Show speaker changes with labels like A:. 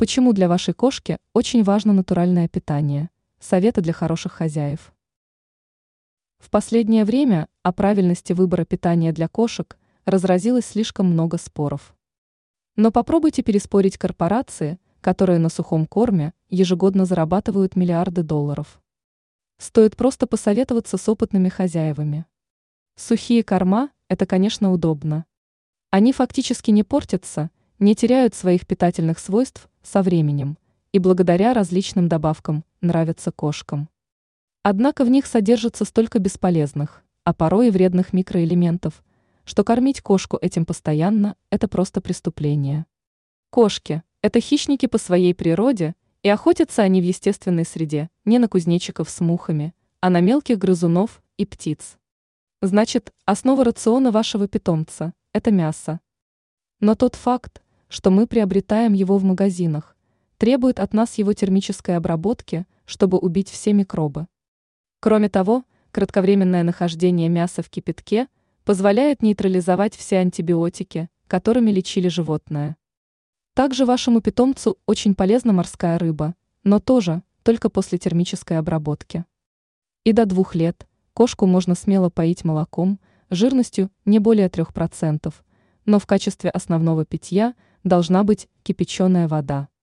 A: Почему для вашей кошки очень важно натуральное питание? Советы для хороших хозяев. В последнее время о правильности выбора питания для кошек разразилось слишком много споров. Но попробуйте переспорить корпорации, которые на сухом корме ежегодно зарабатывают миллиарды долларов. Стоит просто посоветоваться с опытными хозяевами. Сухие корма – это, конечно, удобно. Они фактически не портятся, не теряют своих питательных свойств со временем и благодаря различным добавкам нравятся кошкам. Однако в них содержится столько бесполезных, а порой и вредных микроэлементов, что кормить кошку этим постоянно – это просто преступление. Кошки – это хищники по своей природе, и охотятся они в естественной среде не на кузнечиков с мухами, а на мелких грызунов и птиц. Значит, основа рациона вашего питомца – это мясо. Но тот факт, что мы приобретаем его в магазинах, требует от нас его термической обработки, чтобы убить все микробы. Кроме того, кратковременное нахождение мяса в кипятке позволяет нейтрализовать все антибиотики, которыми лечили животное. Также вашему питомцу очень полезна морская рыба, но тоже только после термической обработки. И до 2 лет кошку можно смело поить молоком жирностью не более 3%, но в качестве основного питья должна быть кипяченая вода.